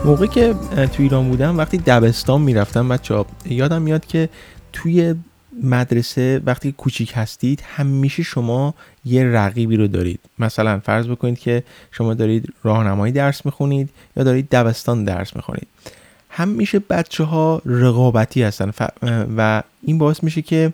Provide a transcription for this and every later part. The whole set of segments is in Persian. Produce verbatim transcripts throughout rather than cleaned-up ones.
موقعی که تو ایران بودم وقتی دبستان میرفتم بچه‌ها، یادم میاد که توی مدرسه وقتی کوچیک هستید همیشه شما یه رقیبی رو دارید. مثلا فرض بکنید که شما دارید راهنمایی درس میخونید یا دارید دبستان درس میخونید. همیشه بچه‌ها رقابتی هستن و این باعث میشه که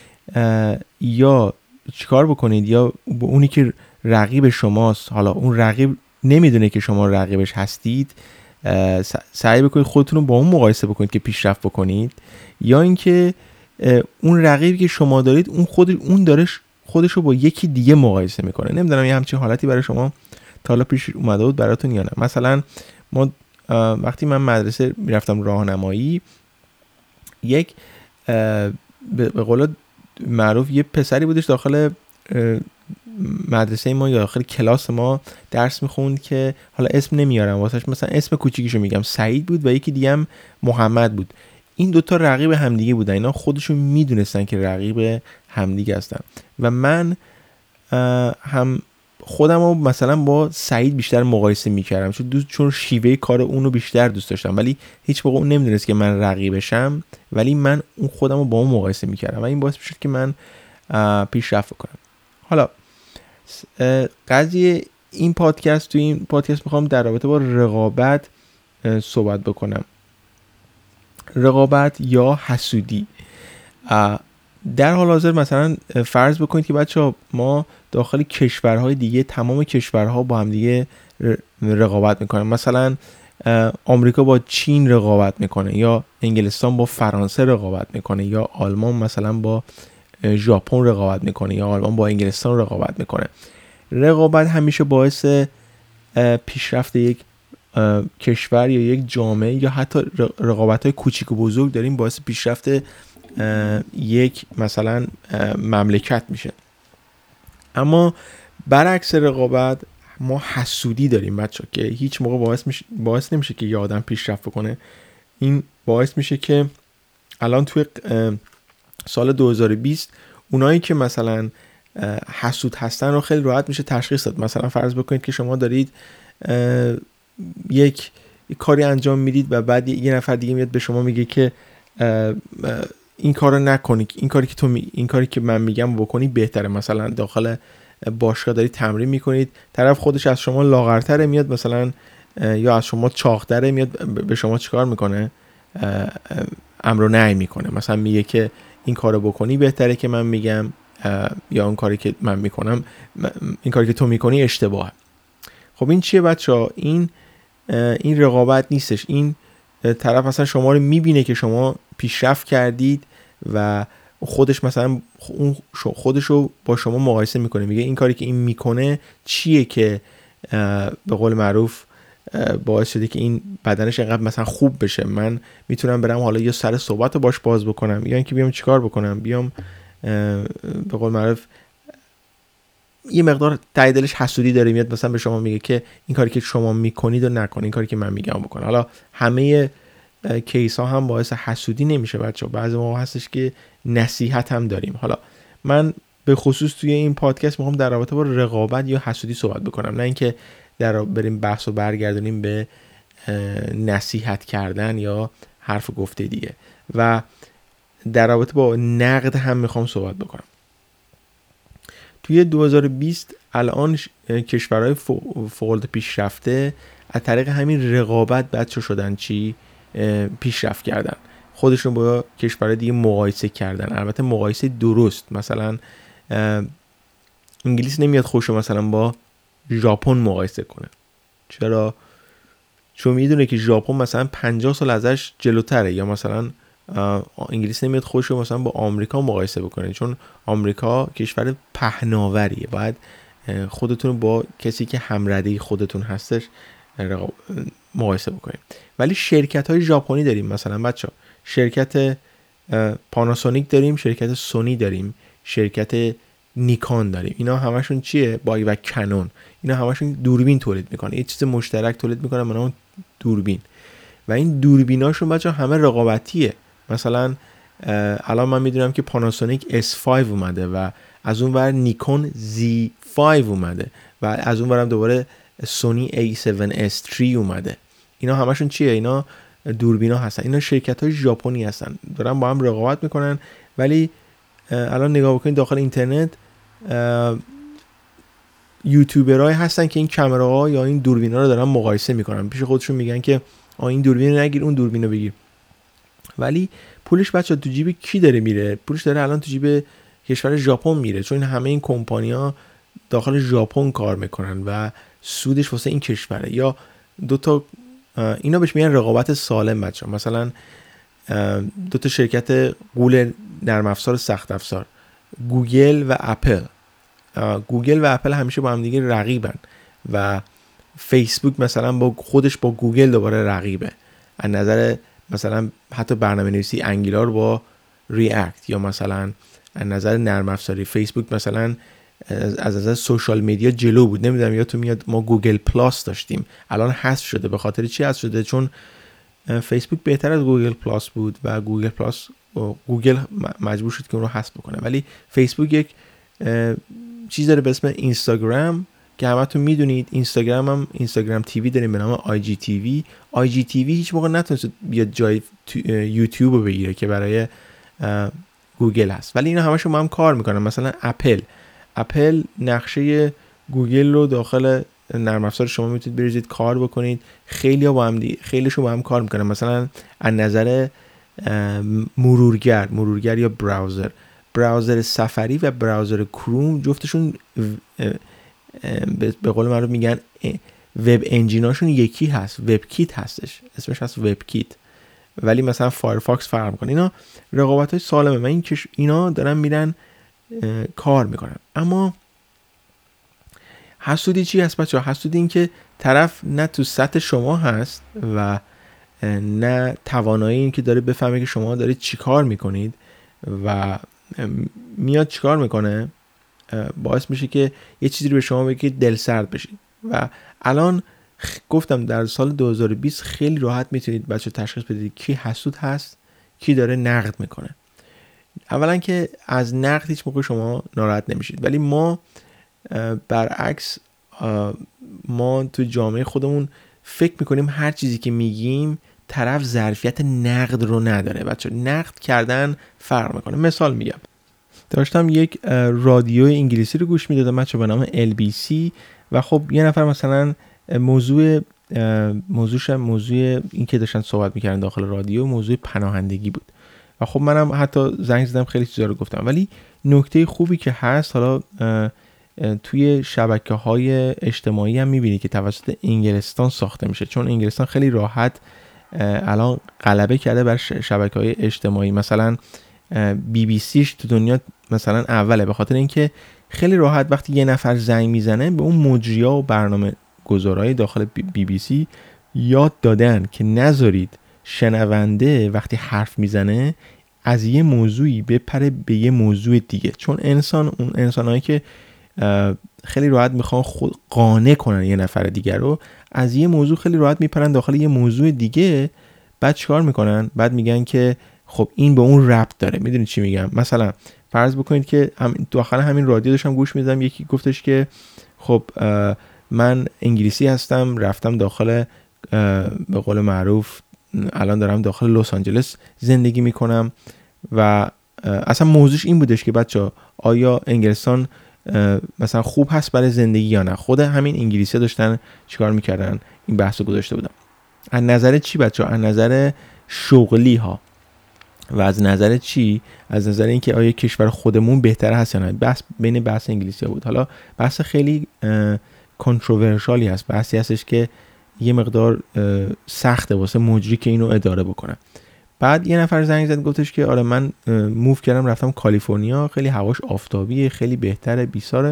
یا چیکار بکنید یا اونی که رقیب شماست، حالا اون رقیب نمیدونه که شما رقیبش هستید، سعی بکنید خودتون رو با اون مقایسه بکنید که پیشرفت بکنید، یا اینکه اون رقیبی که شما دارید اون خود اون داره خودش رو با یکی دیگه مقایسه میکنه. نمیدونم یه همچین حالتی برای شما تا حالا پیش اومده بود براتون یا نه. مثلا ما وقتی من مدرسه میرفتم راهنمایی، یک به قول معروف یه پسری بودش داخل مدرسه ما یا داخل کلاس ما درس میخوند که حالا اسم نمیارم واسش، مثلا اسم کوچیکیشو میگم، سعید بود و یکی دیگه هم محمد بود. این دوتا رقیب همدیگه بودن، اینا خودشون میدونستن که رقیب همدیگه هستن و من هم خودم رو مثلا با سعید بیشتر مقایسه میکردم چون چون شیوه کار اونو بیشتر دوست داشتم، ولی هیچ موقع اون نمیدونست که من رقیبشم، ولی من اون خودم رو با اون مقایسه میکردم و این باعث میشد که من پیشرفت کنم. حالا قضیه این پادکست، تو این پادکست میخوام در رابطه با رقابت صحبت بکنم. رقابت یا حسودی. در حال حاضر مثلا فرض بکنید که بچه‌ها ما داخل کشورهای دیگه، تمام کشورها با هم دیگه رقابت میکنن. مثلا آمریکا با چین رقابت میکنه، یا انگلستان با فرانسه رقابت میکنه، یا آلمان مثلا با ژاپن رقابت میکنه، یا آلمان با انگلستان رقابت میکنه. رقابت همیشه باعث پیشرفت یک کشور یا یک جامعه یا حتی رقابت‌های کوچیک و بزرگ داریم باعث پیشرفت یک مثلا مملکت میشه. اما برعکس رقابت ما حسودی داریم بچه‌ها که هیچ موقع باعث میشه باعث نمیشه که یه آدم پیشرفت کنه. این باعث میشه که الان توی سال دو هزار و بیست اونایی که مثلا حسود هستن رو خیلی راحت میشه تشخیص داد. مثلا فرض بکنید که شما دارید یک کاری انجام میدید و بعد یه نفر دیگه میاد به شما میگه که این کارو نکنی، این کاری که تو می... این کاری که من میگم بکنی بهتره. مثلا داخل باشگاه دارید تمرین میکنید، طرف خودش از شما لاغرتره میاد مثلا یا از شما چاق‌تره میاد به شما چیکار میکنه؟ امر و نهی میکنه. مثلا میگه که این کارو بکنی بهتره که من میگم، یا اون کاری که من میکنم، این کاری که تو میکنی اشتباهه. خب این چیه بچه‌ها؟ این این رقابت نیستش. این طرف مثلا شما رو میبینه که شما پیشرفت کردید و خودش مثلا اون خودش رو با شما مقایسه میکنه، میگه این کاری که این میکنه چیه که به قول معروف باعث شده که این بدنش اینقدر مثلا خوب بشه. من میتونم برم حالا یا سر صحبت رو باش باز بکنم یا اینکه بیام چیکار بکنم، بیام به قول معروف یه مقدار ته دلش حسودی داره، میاد مثلا به شما میگه که این کاری که شما میکنید و نکن، این کاری که من میگم بکن. حالا همه کیس ها هم باعث حسودی نمیشه بچه‌ها، بعضی موقع هستش که نصیحت هم داریم. حالا من به خصوص توی این پادکست میخوام در رابطه با رقابت یا حسودی صحبت بکنم، نه اینکه در بریم بحث و برگردونیم به نصیحت کردن یا حرف گفته دیگه. و در رابطه با نقد هم میخوام صحبت بکنم. توی دو هزار و بیست الان کشورهای فوق پیشرفته از طریق همین رقابت بچه شدن چی؟ پیشرفت کردن، خودشون با کشورهای دیگه مقایسه کردن. البته مقایسه درست. مثلا انگلیس نمیاد خوشو مثلا با ژاپن مقایسه کنه. چرا؟ چون میدونه که ژاپن مثلا پنجاه سال ازش جلوتره. یا مثلا انگلیس نمیاد خوشو مثلا با آمریکا مقایسه بکنه، چون آمریکا کشور پهناوریه. باید خودتون با کسی که همرده خودتون هستش مقایسه بکنید. ولی شرکت های ژاپنی داریم، مثلا بچه شرکت پاناسونیک داریم، شرکت سونی داریم، شرکت نیکان داریم. اینا همشون چیه؟ بای و کنون. اینا همشون دوربین تولید میکنن، یه چیز مشترک تولید میکنن به نام دوربین. و این دوربیناشون بچه همه رقابتیه. مثلا الان من میدونم که پاناسونیک اس پنج اومده و از اون ور نیکون زی پنج اومده و از اون ورم دوباره سونی ای هفت اس سه اومده. اینا همشون چیه؟ اینا دوربینا هستن. اینا شرکت‌های ژاپنی هستن، دارن با هم رقابت میکنن. ولی الان نگاه بکنید داخل اینترنت یوتیوبرای هستن که این کامراها یا این دوربینا رو دارن مقایسه میکنن، پیش خودشون میگن که آ این دوربین رو نگیر، اون دوربین رو بگیر. ولی پولش بچا تو جیب کی داره میره؟ پولش داره الان تو جیب کشور ژاپن میره، چون همه این کمپانی‌ها داخل ژاپن کار میکنن و سودش واسه این کشوره. یا دو تا اینا بهش میگن رقابت سالم بچا. مثلا دو تا شرکت قول نرم افزار سخت افزار، گوگل و اپل. گوگل و اپل همیشه با هم دیگه رقیبن و فیسبوک مثلا با خودش با گوگل دوباره رقیبه از نظر مثلا حتی برنامه‌نویسی انگولار با ریاکت، یا مثلا از نظر نرم افزاری فیسبوک مثلا از نظر سوشال میدیا جلو بود. نمیدونم یادتون میاد ما گوگل پلاس داشتیم، الان حذف شده. به خاطر چی حذف شده؟ چون فیسبوک بهتر از گوگل پلاس بود و گوگل پلاس گوگل مجبور شد که اون رو حذف بکنه. ولی فیسبوک یک چیز داره به اسم اینستاگرام که همتون میدونید. اینستاگرام هم اینستاگرام تیوی داریم به نام آی جی تیوی. آی جی تیوی هیچ موقع نتونست بیاد جای یوتیوب رو بگیره که برای گوگل هست، ولی اینا همشون با هم کار میکنن. مثلا اپل اپل نقشه گوگل رو داخل نرم افزار شما میتونید بریزید کار بکنید. خیلی ها با هم دی... خیلیشون با هم کار میکنن. مثلا از نظر مرورگر مرورگر یا براوزر براوزر سفری و براوزر کروم جفتشون به قول معروف میگن وب انجیناشون یکی هست، وب کیت هستش، اسمش هست وب کیت. ولی مثلا فایرفاکس فرق میکنه. اینا رقابت‌های سالمه و این که اینا دارن میرن کار میکنن. اما حسودی چی هست بچه‌ها؟ حسودی این که طرف نه تو سطح شما هست و نه توانایی این که داره بفهمه که شما دارید چی کار میکنید و میاد چی کار میکنه، باعث میشه که یه چیزی رو به شما بگه دل سرد بشید. و الان گفتم در سال دو هزار و بیست خیلی راحت میتونید بچه تشخیص بدید کی حسود هست، کی داره نقد میکنه. اولا که از نقد هیچ موقع شما ناراحت نمیشید، ولی ما برعکس ما تو جامعه خودمون فکر میکنیم هر چیزی که میگیم طرف ظرفیت نقد رو نداره. بچه نقد کردن فرق میکنه. مثال میگم، داشتم یک رادیو انگلیسی رو گوش میدادم بچه به نام ال بی سی و خب یه نفر مثلا موضوع موضوعش موضوع این که داشتن صحبت میکردن داخل رادیو موضوع پناهندگی بود و خب منم حتی زنگ زدم خیلی چیزا رو گفتم. ولی نکته خوبی که هست، حالا توی شبکه‌های اجتماعی هم می‌بینی که توسط انگلستان ساخته میشه، چون انگلستان خیلی راحت الان غلبه کرده بر شبکه‌های اجتماعی. مثلا بی بی سیش تو دنیا مثلا اوله، به خاطر اینکه خیلی راحت وقتی یه نفر زنگ میزنه به اون مجری‌ها و برنامه گذارای داخل بی بی سی یاد دادن که نذارید شنونده وقتی حرف میزنه از یه موضوعی بپره به یه موضوع دیگه، چون انسان اون انسانایی که خیلی راحت میخوان خود قانع کنن یه نفر دیگر رو، از یه موضوع خیلی راحت میپرن داخل یه موضوع دیگه. بعد چیکار میکنن؟ بعد میگن که خب این به اون ربط داره. میدونید چی میگم؟ مثلا فرض بکنید که هم داخل همین رادیو داشتم گوش میدادم، یکی گفتش که خب من انگلیسی هستم، رفتم داخل به قول معروف الان دارم داخل لس آنجلس زندگی میکنم و اصلا موضوعش این بودش که بچه آیا انگلستان مثلا خوب هست برای زندگی یا نه. خود همین انگلیسی داشتن چیکار میکردن؟ این بحثو گذاشته بودم. از نظر چی بچه؟ از نظر شغلی ها و از نظر چی؟ از نظر اینکه آیا کشور خودمون بهتره هست یا نه. بحث بین بحث انگلیسی ها بود. حالا بحث خیلی کنتروورشالی هست، بحثی هستش که یه مقدار سخته واسه مجری که اینو اداره بکنه. بعد یه نفر زنگ زد گفتش که آره من موو کردم رفتم کالیفرنیا، خیلی هواش آفتابیه، خیلی بهتره، بیساره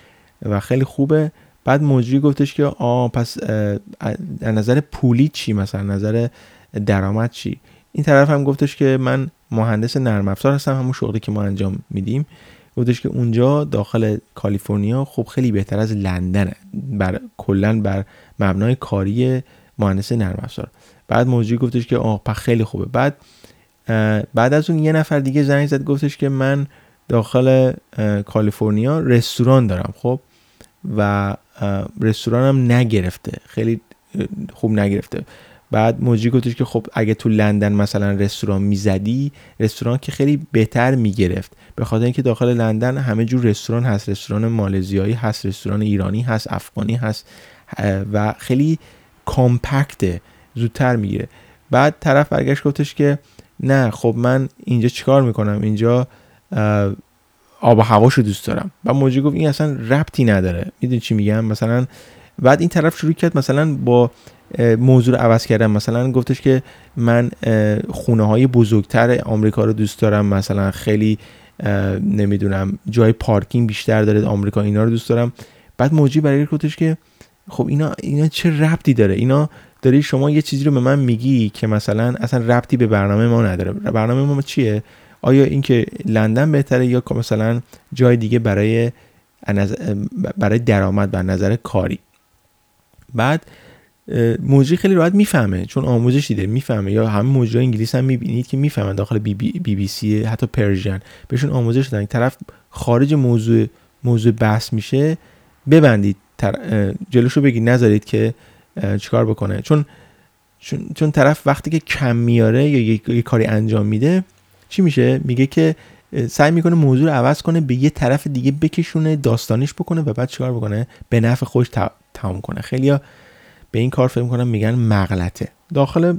و خیلی خوبه. بعد مجری گفتش که آه پس از نظر پولی چی؟ مثلا نظر درآمد چی؟ این طرف هم گفتش که من مهندس نرم افزار هستم، همون شغلی که ما انجام میدیم. گفتش که اونجا داخل کالیفرنیا خب خیلی بهتر از لندنه بر کلا بر مبنای کاری مهندس نرم افزار. بعد مجری گفتش که آه پس خیلی خوبه. بعد بعد از اون یه نفر دیگه زنگ زد گفتش که من داخل کالیفرنیا رستوران دارم خب و رستورانم نگرفته، خیلی خوب نگرفته. بعد موجی گفتش که خب اگه تو لندن مثلا رستوران میزدی، رستوران که خیلی بهتر میگرفت، به خاطر اینکه داخل لندن همه جور رستوران هست، رستوران مالزیایی هست، رستوران ایرانی هست، افغانی هست و خیلی کامپکته، زودتر میگیره. بعد طرف برگشت گفتش که نه خب من اینجا چیکار میکنم، اینجا آب و هواشو دوست دارم. بعد موجی گفت این اصلا ربطی نداره، میدونی چی میگم مثلا. بعد این طرف شروع کرد مثلا با موضوع رو عوض کردن، مثلا گفتش که من خونه های بزرگتر آمریکا رو دوست دارم، مثلا خیلی نمیدونم جای پارکینگ بیشتر داره آمریکا، اینا رو دوست دارم. بعد موجی برای گفتش که خب اینا اینا چه ربطی داره، اینا داری شما یه چیزی رو به من میگی که مثلا اصلا ربطی به برنامه ما نداره. برنامه ما چیه؟ آیا اینکه لندن بهتره یا مثلا جای دیگه برای برای درآمد بر نظر کاری؟ بعد موجی خیلی راحت میفهمه چون آموزش دیده، میفهمه. یا همه موجی‌های انگلیس هم میبینید که میفهمن، داخل بی بی, بی, بی سی حتی پرژن بهشون آموزش دادن. طرف خارج موضوع موضوع بحث میشه، ببندید جلوشو بگید، نذارید که چیکار بکنه. چون چون چون طرف وقتی که کم میاره یا یک یه کاری انجام میده چی میشه؟ میگه که سعی میکنه موضوع رو عوض کنه، به یه طرف دیگه بکشونه، داستانیش بکنه و بعد چیکار بکنه؟ به نفع خودش تمام کنه. خیلیا به این کار فکر میکنم میگن مغلطه. داخل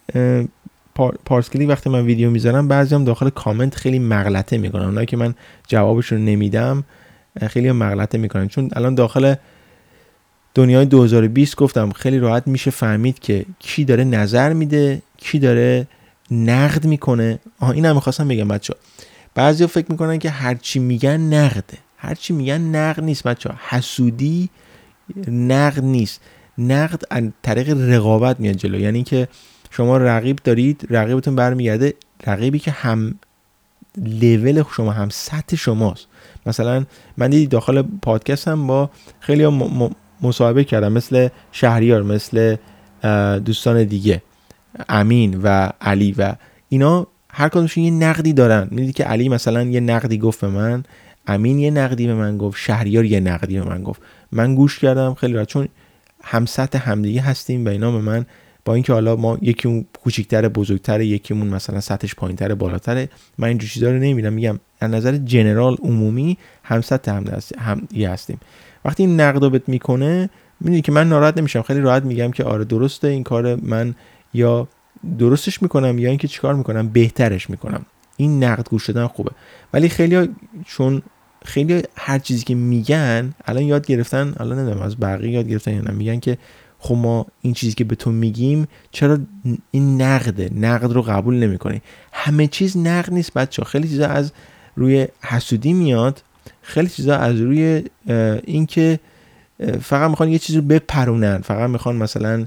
پارسکلی وقتی من ویدیو میذارم بعضیام داخل کامنت خیلی مغلطه میکنن، اونایی که من جوابشون نمیدم خیلی مغلطه میکنن. چون الان داخل دنیای دو هزار و بیست گفتم خیلی راحت میشه فهمید که کی داره نظر میده، کی داره نقد میکنه. آها اینم میخواستم بگم بچه‌ها، بعضیا فکر میکنن که هر چی میگن نقده. هر چی میگن نقد نیست بچه‌ها. حسودی نقد نیست. نقد از طریق رقابت میاد جلو. یعنی که شما رقیب دارید، رقیبتون برمیگرده، رقیبی که هم لول شما، هم سطح شماست. مثلا من دیدی داخل پادکست هم با خیلی م- م- مصاحبه کردم، مثل شهریار، مثل دوستان دیگه، امین و علی و اینا، هر کدومشون یه نقدی دارن. میدید که علی مثلا یه نقدی گفت به من، امین یه نقدی به من گفت، شهریار یه نقدی به من گفت. من گوش کردم خیلی راحت، چون هم سطح همدیگه هستیم و اینا به من، با اینکه حالا ما یکیمون کوچیک‌تره، بزرگتره، یکیمون مثلا سطحش پایین‌تره، بالاتره، من این چیزا رو نمی‌بینم. میگم از نظر جنرال عمومی هم سطح هم همدیگه هستیم. وقتی این نقدو بهت میکنه میدونی که من ناراحت نمیشم، خیلی راحت میگم که آره درسته این کار، من یا درستش میکنم یا اینکه چیکار میکنم بهترش میکنم. این نقد گوش دادن خوبه. ولی خیلی‌ها چون خیلی هر چیزی که میگن الان یاد گرفتن، الان نمیدونم از بقیه یاد گرفتن یا نه، میگن که خب ما این چیزی که به تو میگیم چرا این نقده، نقد رو قبول نمیکنی. همه چیز نقد نیست بچه. خیلی چیزا از روی حسودی میاد، خیلی چیزا از روی این که فقط میخوان یه چیزی رو بپرونن، فقط میخوان مثلا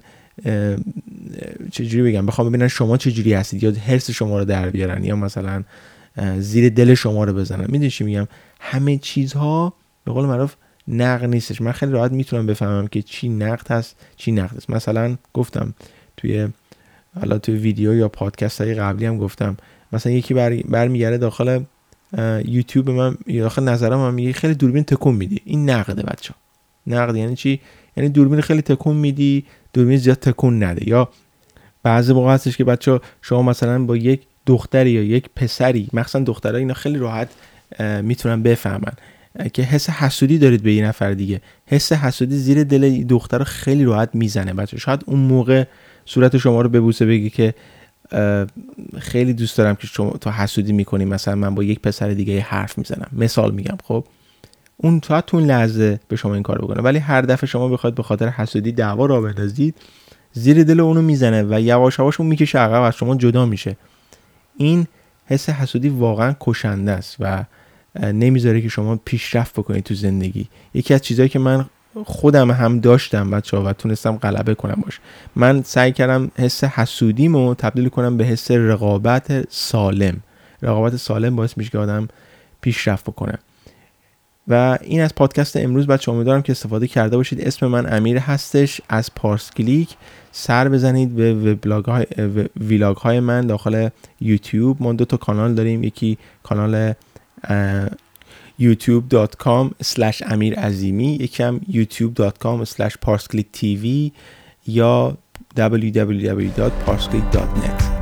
چجوری بگم، بخوام ببینن شما چجوری هستید، یا حرص شما رو در بیارن، یا مثلا زیر دل شما رو بزنن. میدونی چی میگم؟ همه چیزها به قول معروف نقد نیستش. من خیلی راحت میتونم بفهمم که چی نقد هست چی نقد است. مثلا گفتم توی حالا توی ویدیو یا پادکست های قبلی هم گفتم، مثلا یکی بر برمیگره داخل یوتیوب من یا داخل نظرم هم میگه خیلی دوربین تکون میدی. این نقده بچا. نقد یعنی چی؟ یعنی دوربین خیلی تکون میدی، دوربین زیاد تکون نده. یا بعضی موقع هستش که بچا شما مثلا با یک دختری یا یک پسری، مثلا دخترها اینا خیلی راحت میتونن بفهمن که حس حسودی دارید به یه نفر دیگه. حس حسودی زیر دل دختر خیلی راحت میزنه بچه. شاید اون موقع صورت شما رو ببوسه بگی که خیلی دوست دارم که شما تو حسودی میکنی، مثلا من با یک پسر دیگه حرف میزنم، مثال میگم. خب اون تا تو اون لحظه به شما این کارو بکنه، ولی هر دفعه شما بخواید به خاطر حسودی دعوا را بندازید، زیر دل اونو میزنه و یواش یواش اون میکشه عقب، از شما جدا میشه. این حس حسودی واقعا کشنده است و نمیذاره که شما پیشرفت بکنید تو زندگی. یکی از چیزایی که من خودم هم داشتم بچه‌ها و تونستم غلبه کنم باش، من سعی کردم حس حسودیمو تبدیل کنم به حس رقابت سالم. رقابت سالم باعث میشه که آدم پیشرفت بکنه. و این از پادکست امروز بچه‌ها، امیدوارم که استفاده کرده باشید. اسم من امیر هستش از پارس کلیک. سر بزنید به وبلاگ های ویلاگ های من داخل یوتیوب. ما دو تا کانال داریم، یکی کانال یوتیوب دات کام اسلش امیر عظیمی، یکی هم یوتیوب دات کام اسلش پارسکلیک تیوی یا دبلیو دبلیو دبلیو دات پارسکلیک دات نت.